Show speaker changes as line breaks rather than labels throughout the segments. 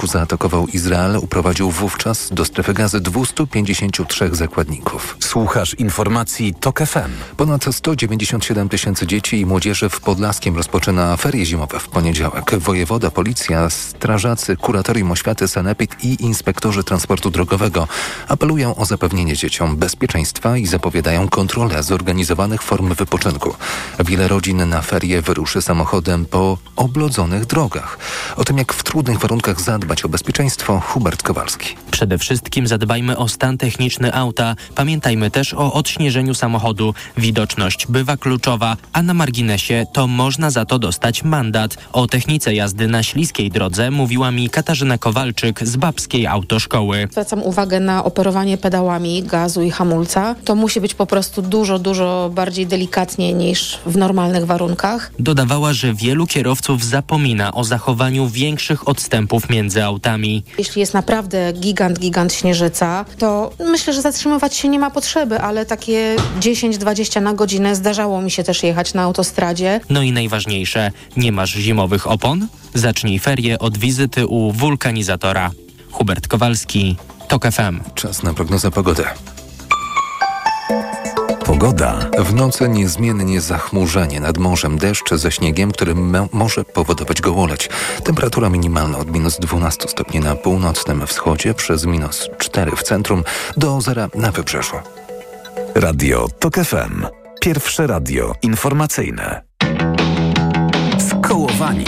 roku zaatakował Izrael, uprowadził wówczas do strefy gazy 253 zakładników.
Słuchasz informacji TOK FM.
Ponad 197 tysięcy dzieci i młodzieży w Podlaskiem rozpoczyna ferie zimowe w poniedziałek. Wojewoda, policja, strażacy, kuratorium oświaty, sanepid i inspektorzy transportu drogowego apelują o zapewnienie dzieciom bezpieczeństwa i zapowiadają kontrolę zorganizowanych form wypoczynku. Wiele rodzin na ferie wyruszy samochodem po oblodzonych drogach. O tym, jak w trudnych warunkach zadbać o bezpieczeństwo, Hubert Kowalski.
Przede wszystkim zadbajmy o stan techniczny auta. Pamiętajmy też o odśnieżeniu samochodu. Widoczność bywa kluczowa, a na marginesie to można za to dostać mandat. O technice jazdy na śliskiej drodze mówiła mi Katarzyna Kowalczyk z Babskiej Autoszkoły.
Zwracam uwagę na operowanie pedałami gazu i hamulca. To musi być po prostu dużo bardziej delikatnie niż w normalnych warunkach.
Dodawała, że wielu kierowców zapomina o zachowaniu większych odstępów między autami.
Jeśli jest naprawdę gigant śnieżyca, to myślę, że zatrzymywać się nie ma potrzeby, ale takie 10-20 na godzinę zdarzało mi się też jechać na autostradzie.
No i najważniejsze, nie masz zimowych opon? Zacznij ferie od wizyty u wulkanizatora. Hubert Kowalski, TOK FM.
Czas na prognozę pogody.
Pogoda.
W nocy niezmiennie zachmurzenie, nad morzem deszcz ze śniegiem, który może powodować gołoleć. Temperatura minimalna od -12 stopni na północnym wschodzie, przez -4 w centrum, do 0 na wybrzeżu.
Radio TOK FM. Pierwsze radio informacyjne. Skołowani.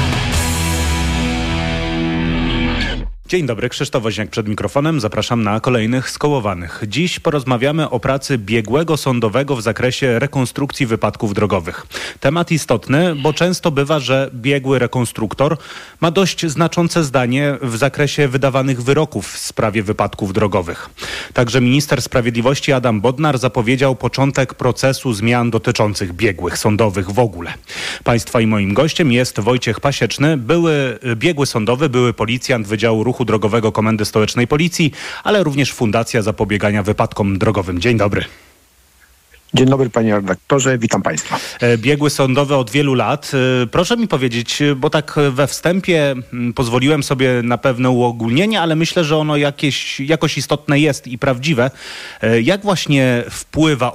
Dzień dobry, Krzysztof Woźniak przed mikrofonem. Zapraszam na kolejnych Skołowanych. Dziś porozmawiamy o pracy biegłego sądowego w zakresie rekonstrukcji wypadków drogowych. Temat istotny, bo często bywa, że biegły rekonstruktor ma dość znaczące zdanie w zakresie wydawanych wyroków w sprawie wypadków drogowych. Także minister sprawiedliwości Adam Bodnar zapowiedział początek procesu zmian dotyczących biegłych sądowych w ogóle. Państwa i moim gościem jest Wojciech Pasieczny, były biegły sądowy, były policjant Wydziału Ruchu Drogowego Komendy Stołecznej Policji, ale również Fundacja Zapobiegania Wypadkom Drogowym. Dzień dobry.
Dzień dobry, panie redaktorze, witam państwa.
Biegły sądowe od wielu lat. Proszę mi powiedzieć, bo tak we wstępie pozwoliłem sobie na pewne uogólnienie, ale myślę, że ono jakoś istotne jest i prawdziwe. Jak właśnie wpływa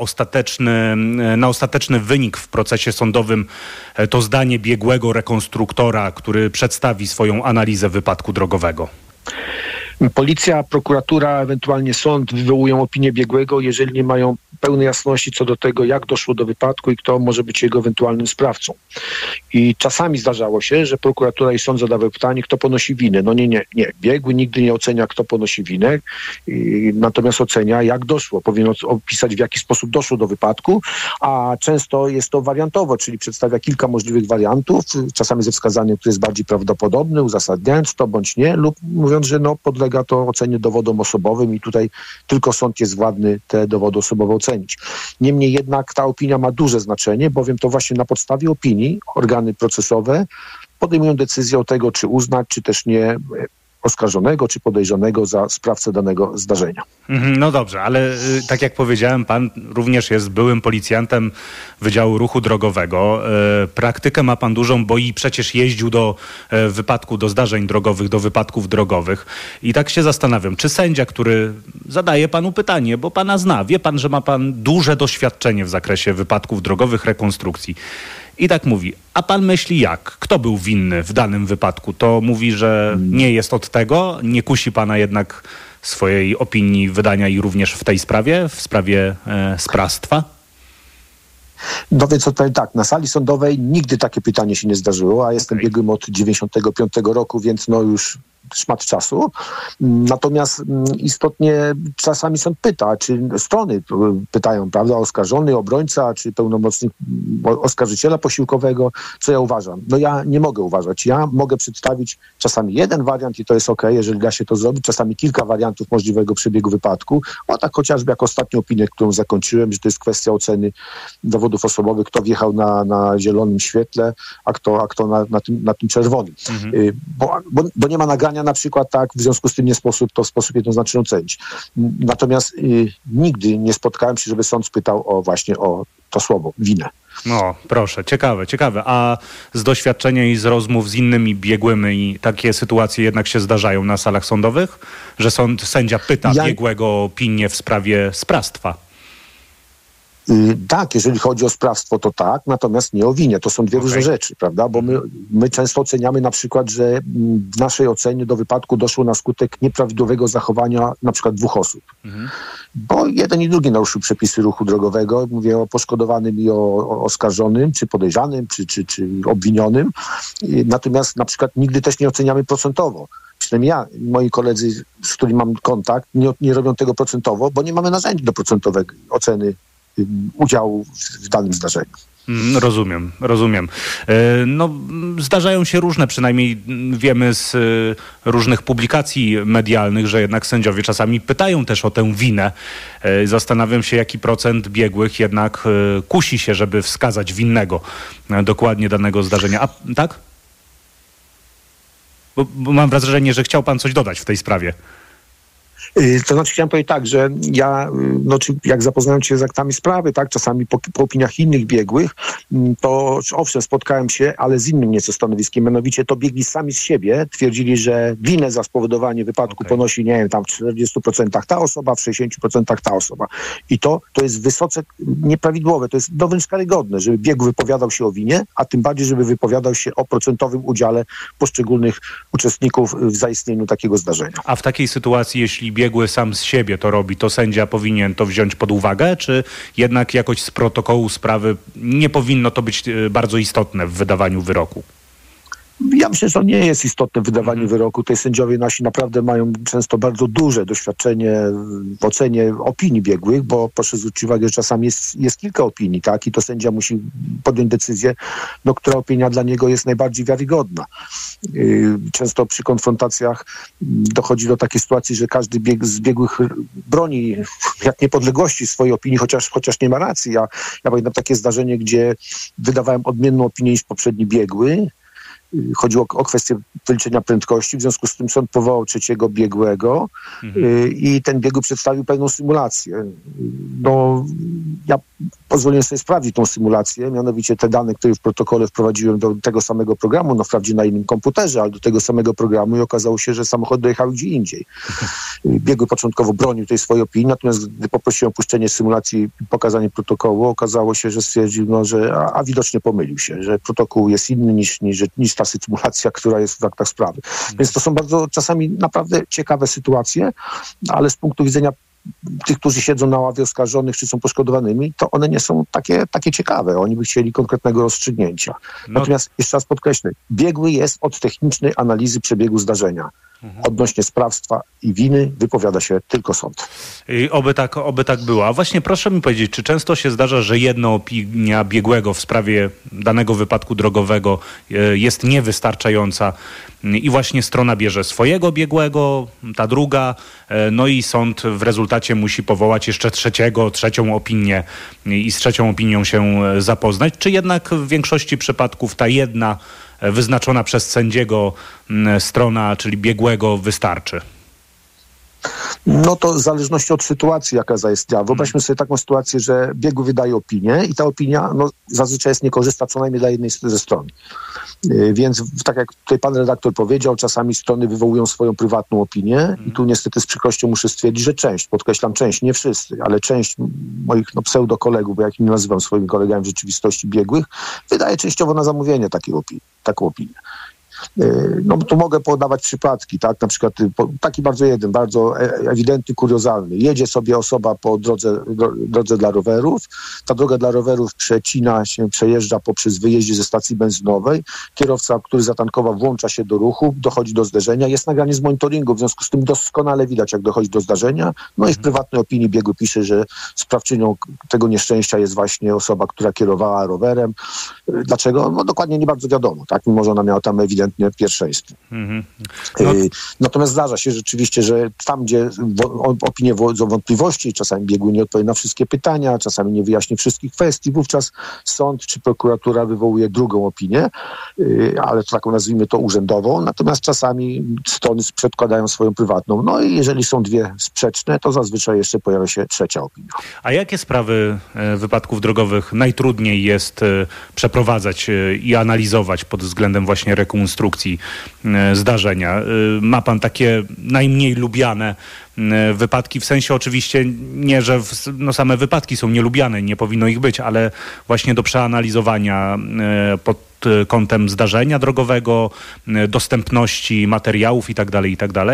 na ostateczny wynik w procesie sądowym to zdanie biegłego rekonstruktora, który przedstawi swoją analizę wypadku drogowego?
Policja, prokuratura, ewentualnie sąd wywołują opinię biegłego, jeżeli nie mają pełnej jasności co do tego, jak doszło do wypadku i kto może być jego ewentualnym sprawcą. I czasami zdarzało się, że prokuratura i sąd zadawały pytanie, kto ponosi winę. No nie. Biegły nigdy nie ocenia, kto ponosi winę, natomiast ocenia, jak doszło. Powinien opisać, w jaki sposób doszło do wypadku, a często jest to wariantowo, czyli przedstawia kilka możliwych wariantów, czasami ze wskazaniem, który jest bardziej prawdopodobny, uzasadniając to bądź nie, lub mówiąc, że podlega to ocenie dowodom osobowym i tutaj tylko sąd jest władny te dowody osobowe ocenić. Niemniej jednak ta opinia ma duże znaczenie, bowiem to właśnie na podstawie opinii organy procesowe podejmują decyzję o tego, czy uznać, czy też nie oskarżonego czy podejrzanego za sprawcę danego zdarzenia.
No dobrze, ale tak jak powiedziałem, pan również jest byłym policjantem Wydziału Ruchu Drogowego. Praktykę ma pan dużą, bo i przecież jeździł do zdarzeń drogowych, do wypadków drogowych. I tak się zastanawiam, czy sędzia, który zadaje panu pytanie, bo pana zna, wie pan, że ma pan duże doświadczenie w zakresie wypadków drogowych, rekonstrukcji. I tak mówi, a pan myśli jak? Kto był winny w danym wypadku? To mówi, że nie jest od tego, nie kusi pana jednak swojej opinii wydania i również w tej sprawie, w sprawie sprawstwa?
No więc odpowiem tak, na sali sądowej nigdy takie pytanie się nie zdarzyło, a jestem biegłym od 95 roku, więc już szmat czasu. Natomiast istotnie czasami sąd pyta, czy strony pytają, prawda, oskarżony, obrońca, czy pełnomocnik oskarżyciela posiłkowego, co ja uważam. No ja nie mogę uważać. Ja mogę przedstawić czasami jeden wariant i to jest okej, jeżeli da się to zrobić, czasami kilka wariantów możliwego przebiegu wypadku. O tak chociażby jak ostatnią opinię, którą zakończyłem, że to jest kwestia oceny dowodów osobowych, kto wjechał na zielonym świetle, a kto na tym czerwonym. Bo nie ma nagrania na przykład, tak, w związku z tym nie sposób to w sposób jednoznaczny ocenić. Natomiast nigdy nie spotkałem się, żeby sąd spytał właśnie o to słowo, winę.
No, proszę, ciekawe. A z doświadczenia i z rozmów z innymi biegłymi takie sytuacje jednak się zdarzają na salach sądowych? Że sędzia pyta biegłego o opinię w sprawie sprawstwa?
Tak, jeżeli chodzi o sprawstwo, to tak, natomiast nie o winie. To są dwie różne rzeczy, prawda? Bo my często oceniamy na przykład, że w naszej ocenie do wypadku doszło na skutek nieprawidłowego zachowania na przykład dwóch osób. Bo jeden i drugi naruszył przepisy ruchu drogowego. Mówię o poszkodowanym i o oskarżonym, czy podejrzanym, czy obwinionym. Natomiast na przykład nigdy też nie oceniamy procentowo. Przynajmniej ja, moi koledzy, z którymi mam kontakt, nie robią tego procentowo, bo nie mamy narzędzi do procentowej oceny udziału w danym zdarzeniu.
Rozumiem. No, zdarzają się różne, przynajmniej wiemy z różnych publikacji medialnych, że jednak sędziowie czasami pytają też o tę winę. Zastanawiam się, jaki procent biegłych jednak kusi się, żeby wskazać winnego dokładnie danego zdarzenia. A tak? Bo mam wrażenie, że chciał pan coś dodać w tej sprawie.
To znaczy chciałem powiedzieć tak, że ja, jak zapoznałem się z aktami sprawy, tak, czasami po opiniach innych biegłych, to owszem, spotkałem się, ale z innym nieco stanowiskiem, mianowicie to biegli sami z siebie, twierdzili, że winę za spowodowanie wypadku ponosi, nie wiem, tam w 40% ta osoba, w 60% ta osoba. I to jest wysoce nieprawidłowe, to jest wręcz karygodne, żeby biegły wypowiadał się o winie, a tym bardziej, żeby wypowiadał się o procentowym udziale poszczególnych uczestników w zaistnieniu takiego zdarzenia.
A w takiej sytuacji, jeśli biegły sam z siebie to robi, to sędzia powinien to wziąć pod uwagę, czy jednak jakoś z protokołu sprawy nie powinno to być bardzo istotne w wydawaniu wyroku?
Ja myślę, że to nie jest istotne w wydawaniu wyroku. Tutaj sędziowie nasi naprawdę mają często bardzo duże doświadczenie w ocenie opinii biegłych, bo proszę zwrócić uwagę, że czasami jest kilka opinii, tak? I to sędzia musi podjąć decyzję, która opinia dla niego jest najbardziej wiarygodna. Często przy konfrontacjach dochodzi do takiej sytuacji, że każdy z biegłych broni jak niepodległości swojej opinii, chociaż nie ma racji. Ja pamiętam takie zdarzenie, gdzie wydawałem odmienną opinię niż poprzedni biegły. Chodziło o kwestię wyliczenia prędkości, w związku z tym sąd powołał trzeciego biegłego i ten biegły przedstawił pewną symulację. No, ja pozwoliłem sobie sprawdzić tą symulację, mianowicie te dane, które w protokole wprowadziłem do tego samego programu, no wprawdzie na innym komputerze, ale do tego samego programu i okazało się, że samochody dojechały gdzie indziej. Biegły początkowo bronił tej swojej opinii, natomiast gdy poprosiłem o opuszczenie symulacji i pokazanie protokołu, okazało się, że stwierdził, że widocznie pomylił się, że protokół jest inny niż ta symulacja, która jest w aktach sprawy. Więc to są bardzo czasami naprawdę ciekawe sytuacje, ale z punktu widzenia tych, którzy siedzą na ławie oskarżonych, czy są poszkodowanymi, to one nie są takie ciekawe. Oni by chcieli konkretnego rozstrzygnięcia. Natomiast jeszcze raz podkreślę, biegły jest od technicznej analizy przebiegu zdarzenia. Odnośnie sprawstwa i winy wypowiada się tylko sąd.
I oby tak było. A właśnie proszę mi powiedzieć, czy często się zdarza, że jedna opinia biegłego w sprawie danego wypadku drogowego jest niewystarczająca i właśnie strona bierze swojego biegłego, ta druga, no i sąd w rezultacie musi powołać jeszcze trzecią opinię i z trzecią opinią się zapoznać, czy jednak w większości przypadków ta jedna wyznaczona przez sędziego strona, czyli biegłego, wystarczy?
No to w zależności od sytuacji, jaka zaistniała. Wyobraźmy sobie taką sytuację, że biegły wydaje opinię i ta opinia zazwyczaj jest niekorzystna co najmniej dla jednej ze stron. Więc tak jak tutaj pan redaktor powiedział, czasami strony wywołują swoją prywatną opinię i tu niestety z przykrością muszę stwierdzić, że podkreślam część, nie wszyscy, ale część moich pseudokolegów, bo jak nie nazywam swoimi kolegami w rzeczywistości biegłych, wydaje częściowo na zamówienie taką opinię. No tu mogę podawać przypadki, tak, na przykład taki bardzo ewidentny, kuriozalny. Jedzie sobie osoba po drodze dla rowerów, ta droga dla rowerów przejeżdża poprzez wyjeździe ze stacji benzynowej, kierowca, który zatankował, włącza się do ruchu, dochodzi do zderzenia, jest nagranie z monitoringu, w związku z tym doskonale widać, jak dochodzi do zdarzenia, no i w prywatnej opinii biegły pisze, że sprawczynią tego nieszczęścia jest właśnie osoba, która kierowała rowerem. Dlaczego? No dokładnie nie bardzo wiadomo, tak, mimo że ona miała tam ewidentnie ewidentnie pierwszeństwo. Natomiast zdarza się rzeczywiście, że tam, gdzie opinie wodzą wątpliwości, czasami biegły nie odpowie na wszystkie pytania, czasami nie wyjaśni wszystkich kwestii, wówczas sąd czy prokuratura wywołuje drugą opinię, ale to taką nazwijmy to urzędową, natomiast czasami strony przedkładają swoją prywatną. No i jeżeli są dwie sprzeczne, to zazwyczaj jeszcze pojawia się trzecia opinia.
A jakie sprawy wypadków drogowych najtrudniej jest przeprowadzać i analizować pod względem właśnie rekonstrukcji zdarzenia? Ma pan takie najmniej lubiane wypadki, w sensie oczywiście nie, że same wypadki są nielubiane, nie powinno ich być, ale właśnie do przeanalizowania pod kątem zdarzenia drogowego, dostępności materiałów itd., itd.?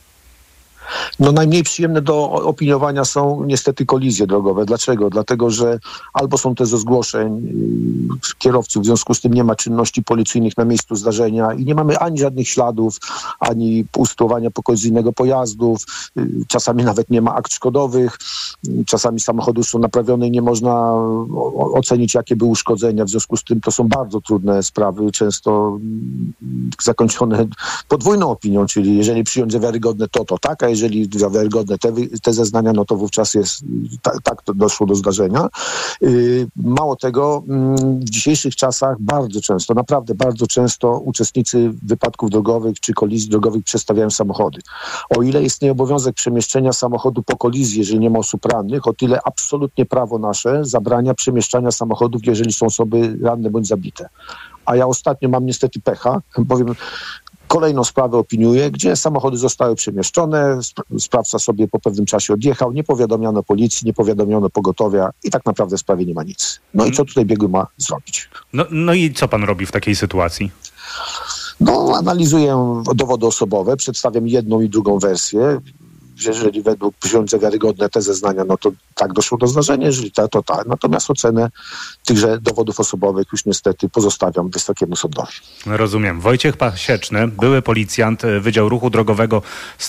No najmniej przyjemne do opiniowania są niestety kolizje drogowe. Dlaczego? Dlatego, że albo są te ze zgłoszeń kierowców, w związku z tym nie ma czynności policyjnych na miejscu zdarzenia i nie mamy ani żadnych śladów, ani usytuowania kolizyjnego pojazdów, czasami nawet nie ma akt szkodowych, czasami samochody są naprawione i nie można ocenić, jakie były uszkodzenia. W związku z tym to są bardzo trudne sprawy, często zakończone podwójną opinią, czyli jeżeli przyjąć za wiarygodne to tak, a jeżeli za wiarygodne te zeznania, no to wówczas jest tak to doszło do zdarzenia. Mało tego, w dzisiejszych czasach bardzo często, naprawdę bardzo często uczestnicy wypadków drogowych czy kolizji drogowych przestawiają samochody. O ile istnieje obowiązek przemieszczenia samochodu po kolizji, jeżeli nie ma osób rannych, o tyle absolutnie prawo nasze zabrania przemieszczania samochodów, jeżeli są osoby ranne bądź zabite. A ja ostatnio mam niestety pecha, bowiem kolejną sprawę opiniuję, gdzie samochody zostały przemieszczone, sprawca sobie po pewnym czasie odjechał, nie powiadomiono policji, nie powiadomiono pogotowia i tak naprawdę w sprawie nie ma nic. No i co tutaj biegły ma zrobić? No
i co pan robi w takiej sytuacji?
No, analizuję dowody osobowe, przedstawiam jedną i drugą wersję. Jeżeli według przyjąć za wiarygodne te zeznania, no to tak doszło do zdarzenia, jeżeli tak, to tak. Natomiast ocenę tychże dowodów osobowych już niestety pozostawiam Wysokiemu Sądowi.
Rozumiem. Wojciech Pasieczny, były policjant Wydziału Ruchu Drogowego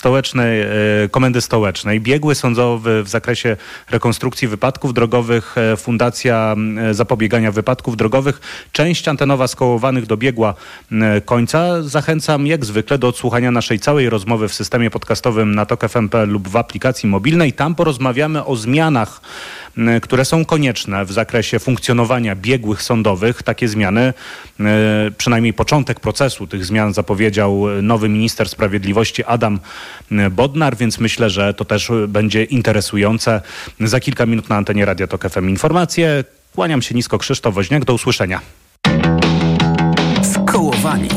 Komendy Stołecznej, biegły sądowy w zakresie rekonstrukcji wypadków drogowych, Fundacja Zapobiegania Wypadków Drogowych. Część antenowa Skołowanych dobiegła końca. Zachęcam jak zwykle do odsłuchania naszej całej rozmowy w systemie podcastowym na TOK.fm.pl lub w aplikacji mobilnej. Tam porozmawiamy o zmianach, które są konieczne w zakresie funkcjonowania biegłych sądowych. Takie zmiany, przynajmniej początek procesu tych zmian zapowiedział nowy minister sprawiedliwości Adam Bodnar, więc myślę, że to też będzie interesujące. Za kilka minut na antenie Radia Tok FM informacje. Kłaniam się nisko, Krzysztof Woźniak. Do usłyszenia.
Skołowani.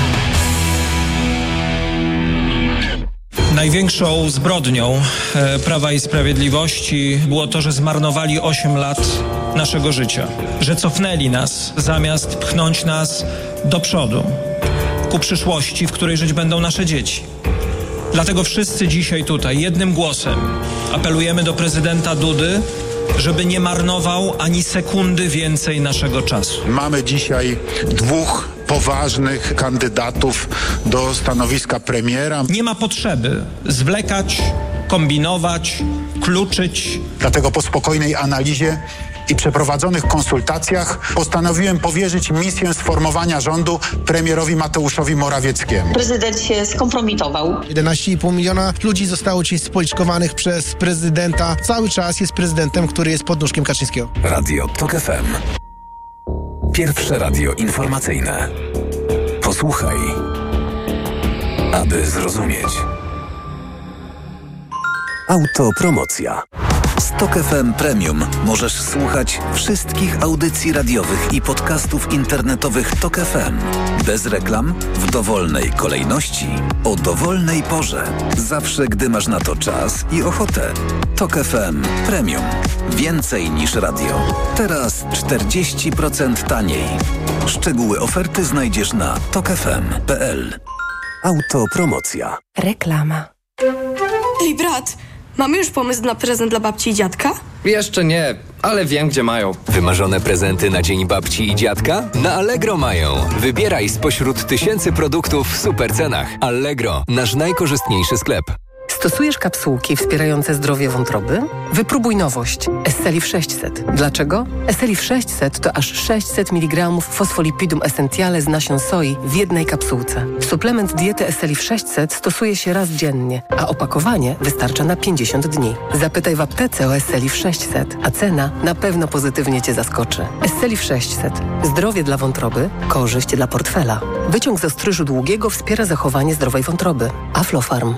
Największą zbrodnią Prawa i Sprawiedliwości było to, że zmarnowali 8 lat naszego życia. Że cofnęli nas, zamiast pchnąć nas do przodu, ku przyszłości, w której żyć będą nasze dzieci. Dlatego wszyscy dzisiaj tutaj jednym głosem apelujemy do prezydenta Dudy, żeby nie marnował ani sekundy więcej naszego czasu.
Mamy dzisiaj dwóch poważnych kandydatów do stanowiska premiera.
Nie ma potrzeby zwlekać, kombinować, kluczyć.
Dlatego po spokojnej analizie i przeprowadzonych konsultacjach postanowiłem powierzyć misję sformowania rządu premierowi Mateuszowi Morawieckiemu.
Prezydent się skompromitował.
11,5 miliona ludzi zostało dziś spoliczkowanych przez prezydenta. Cały czas jest prezydentem, który jest pod nóżkiem Kaczyńskiego.
Radio Tok FM. Pierwsze radio informacyjne. Posłuchaj, aby zrozumieć. Autopromocja. Z Tok FM Premium możesz słuchać wszystkich audycji radiowych i podcastów internetowych Tok FM. Bez reklam, w dowolnej kolejności, o dowolnej porze. Zawsze, gdy masz na to czas i ochotę. Tok FM Premium. Więcej niż radio. Teraz 40% taniej. Szczegóły oferty znajdziesz na tokfm.pl. Autopromocja.
Reklama. Ej, brat! Mamy już pomysł na prezent dla babci i dziadka?
Jeszcze nie, ale wiem, gdzie mają.
Wymarzone prezenty na Dzień Babci i Dziadka? Na Allegro mają. Wybieraj spośród tysięcy produktów w super cenach. Allegro, nasz najkorzystniejszy sklep.
Stosujesz kapsułki wspierające zdrowie wątroby? Wypróbuj nowość Esselif 600. Dlaczego? Esselif 600 to aż 600 mg fosfolipidum essentiale z nasion soi w jednej kapsułce. Suplement diety Esselif 600 stosuje się raz dziennie, a opakowanie wystarcza na 50 dni. Zapytaj w aptece o Esselif 600, a cena na pewno pozytywnie Cię zaskoczy. Esselif 600. Zdrowie dla wątroby, korzyść dla portfela. Wyciąg z ostryżu długiego wspiera zachowanie zdrowej wątroby. Aflofarm.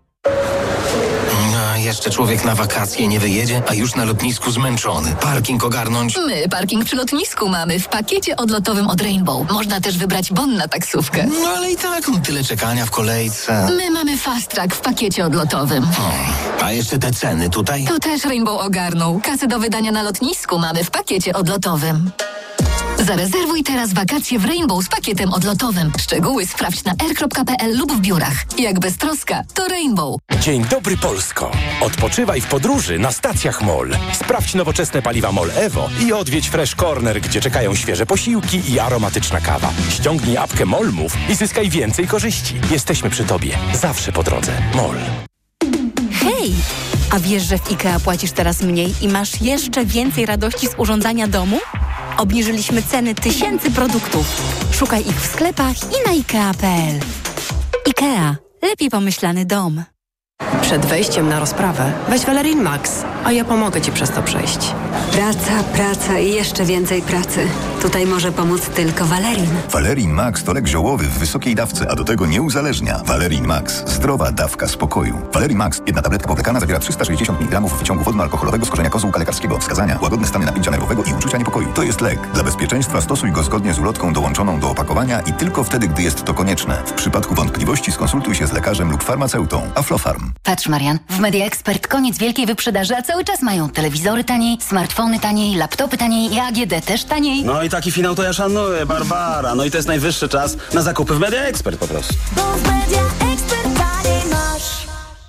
Jeszcze człowiek na wakacje nie wyjedzie, a już na lotnisku zmęczony. Parking ogarnąć?
My parking przy lotnisku mamy w pakiecie odlotowym od Rainbow. Można też wybrać bon na taksówkę.
No ale i tak tyle czekania w kolejce.
My mamy fast track w pakiecie odlotowym.
A jeszcze te ceny tutaj?
To też Rainbow ogarnął. Kasy do wydania na lotnisku mamy w pakiecie odlotowym. Zarezerwuj teraz wakacje w Rainbow z pakietem odlotowym. Szczegóły sprawdź na air.pl lub w biurach. Jak beztroska, to Rainbow.
Dzień dobry Polsko. Odpoczywaj w podróży na stacjach MOL. Sprawdź nowoczesne paliwa MOL Evo i odwiedź Fresh Corner, gdzie czekają świeże posiłki i aromatyczna kawa. Ściągnij apkę MOL Move i zyskaj więcej korzyści. Jesteśmy przy Tobie. Zawsze po drodze. MOL.
Hej! A wiesz, że w IKEA płacisz teraz mniej i masz jeszcze więcej radości z urządzania domu? Obniżyliśmy ceny tysięcy produktów. Szukaj ich w sklepach i na IKEA.pl. IKEA. Lepiej pomyślany dom.
Przed wejściem na rozprawę weź Valerin Max, a ja pomogę Ci przez to przejść.
Praca i jeszcze więcej pracy. Tutaj może pomóc tylko Valerin.
Valerin Max to lek ziołowy w wysokiej dawce, a do tego nie uzależnia. Valerin Max. Zdrowa dawka spokoju. Valerin Max. Jedna tabletka powlekana zawiera 360 mg wyciągu wodno-alkoholowego z korzenia kozłka lekarskiego. Wskazania: łagodne stany napięcia nerwowego i uczucia niepokoju. To jest lek. Dla bezpieczeństwa stosuj go zgodnie z ulotką dołączoną do opakowania i tylko wtedy, gdy jest to konieczne. W przypadku wątpliwości skonsultuj się z lekarzem lub farmaceutą. Aflofarm.
Patrz, Marian, w Media Expert koniec wielkiej wyprzedaży, a cały czas mają telewizory taniej, smartfony taniej, laptopy taniej i AGD też taniej.
No i taki finał to ja szanuję, Barbara. No i to jest najwyższy czas na zakupy w Media Expert po prostu.
Bo w Media Expert taniej masz.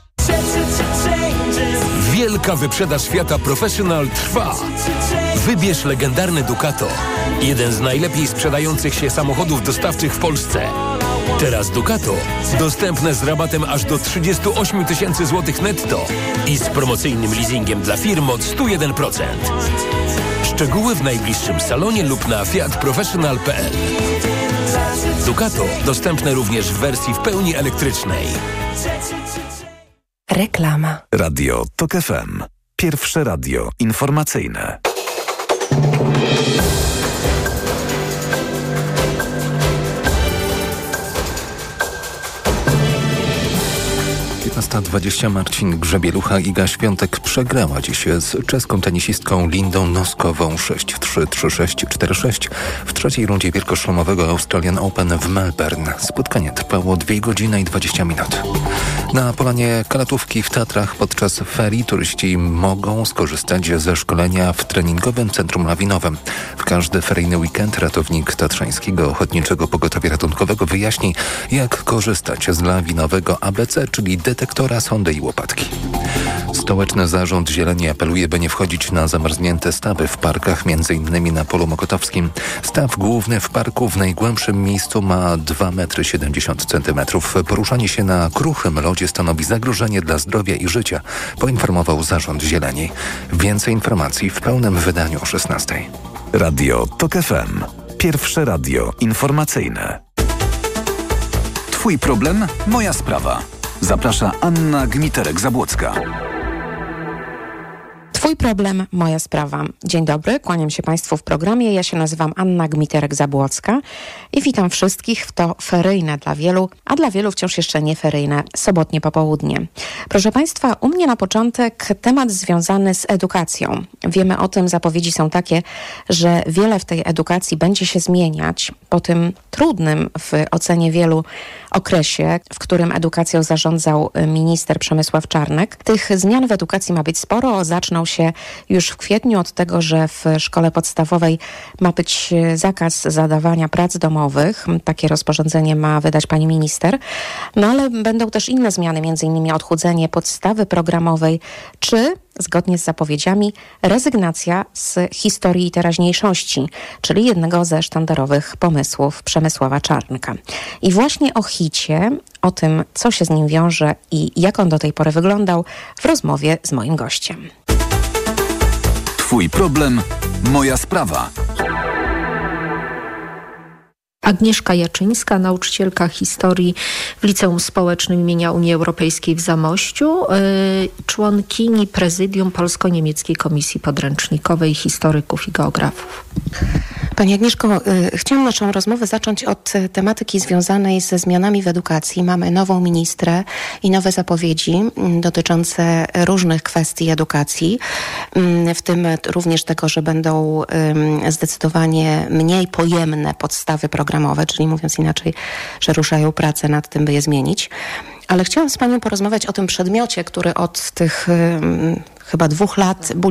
Wielka wyprzedaż Fiata Professional trwa. Wybierz legendarny Ducato. Jeden z najlepiej sprzedających się samochodów dostawczych w Polsce. Teraz Ducato dostępne z rabatem aż do 38 000 złotych netto i z promocyjnym leasingiem dla firm od 101%. Szczegóły w najbliższym salonie lub na fiatprofessional.pl. Ducato dostępne również w wersji w pełni elektrycznej.
Reklama.
Radio TOK FM. Pierwsze radio informacyjne.
Marcin Grzebielucha i Iga Świątek przegrała dziś z czeską tenisistką Lindą Noskową 6-3, 3-6, 4-6 w trzeciej rundzie wielkoszlemowego Australian Open w Melbourne. Spotkanie trwało 2 godziny i 20 minut. Na polanie Kalatówki w Tatrach podczas ferii turyści mogą skorzystać ze szkolenia w treningowym centrum lawinowym. W każdy feryjny weekend ratownik Tatrzańskiego Ochotniczego Pogotowia Ratunkowego wyjaśni, jak korzystać z lawinowego ABC, czyli detektora, sondy i łopatki. Stołeczny Zarząd Zieleni apeluje, by nie wchodzić na zamarznięte stawy w parkach, m.in. na Polu Mokotowskim. Staw główny w parku w najgłębszym miejscu ma 2,70 m. Poruszanie się na kruchym lodzie stanowi zagrożenie dla zdrowia i życia, poinformował Zarząd Zieleni. Więcej informacji w pełnym wydaniu o 16:00.
Radio TOK FM. Pierwsze radio informacyjne. Twój problem, moja sprawa. Zaprasza Anna Gmiterek-Zabłocka.
Twój problem, moja sprawa. Dzień dobry, kłaniam się Państwu w programie. Ja się nazywam Anna Gmiterek-Zabłocka i witam wszystkich w to feryjne dla wielu, a dla wielu wciąż jeszcze nie feryjne sobotnie popołudnie. Proszę Państwa, u mnie na początek temat związany z edukacją. Wiemy o tym, zapowiedzi są takie, że wiele w tej edukacji będzie się zmieniać po tym trudnym w ocenie wielu okresie, w którym edukacją zarządzał minister Przemysław Czarnek. Tych zmian w edukacji ma być sporo. Zaczną się już w kwietniu od tego, że w szkole podstawowej ma być zakaz zadawania prac domowych. Takie rozporządzenie ma wydać pani minister. No ale będą też inne zmiany, m.in. odchudzenie podstawy programowej, czy zgodnie z zapowiedziami rezygnacja z historii i teraźniejszości, czyli jednego ze sztandarowych pomysłów Przemysława Czarnka. I właśnie o HiT-cie, o tym, co się z nim wiąże i jak on do tej pory wyglądał, w rozmowie z moim gościem.
Twój problem, moja sprawa.
Agnieszka Jaczyńska, nauczycielka historii w Liceum Społecznym imienia Unii Europejskiej w Zamościu, członkini prezydium Polsko-Niemieckiej Komisji Podręcznikowej Historyków i Geografów.
Pani Agnieszko, chciałam naszą rozmowę zacząć od tematyki związanej ze zmianami w edukacji. Mamy nową ministrę i nowe zapowiedzi dotyczące różnych kwestii edukacji, w tym również tego, że będą zdecydowanie mniej pojemne podstawy programowe, czyli mówiąc inaczej, że ruszają prace nad tym, by je zmienić. Ale chciałam z panią porozmawiać o tym przedmiocie, który od tych chyba 2 lat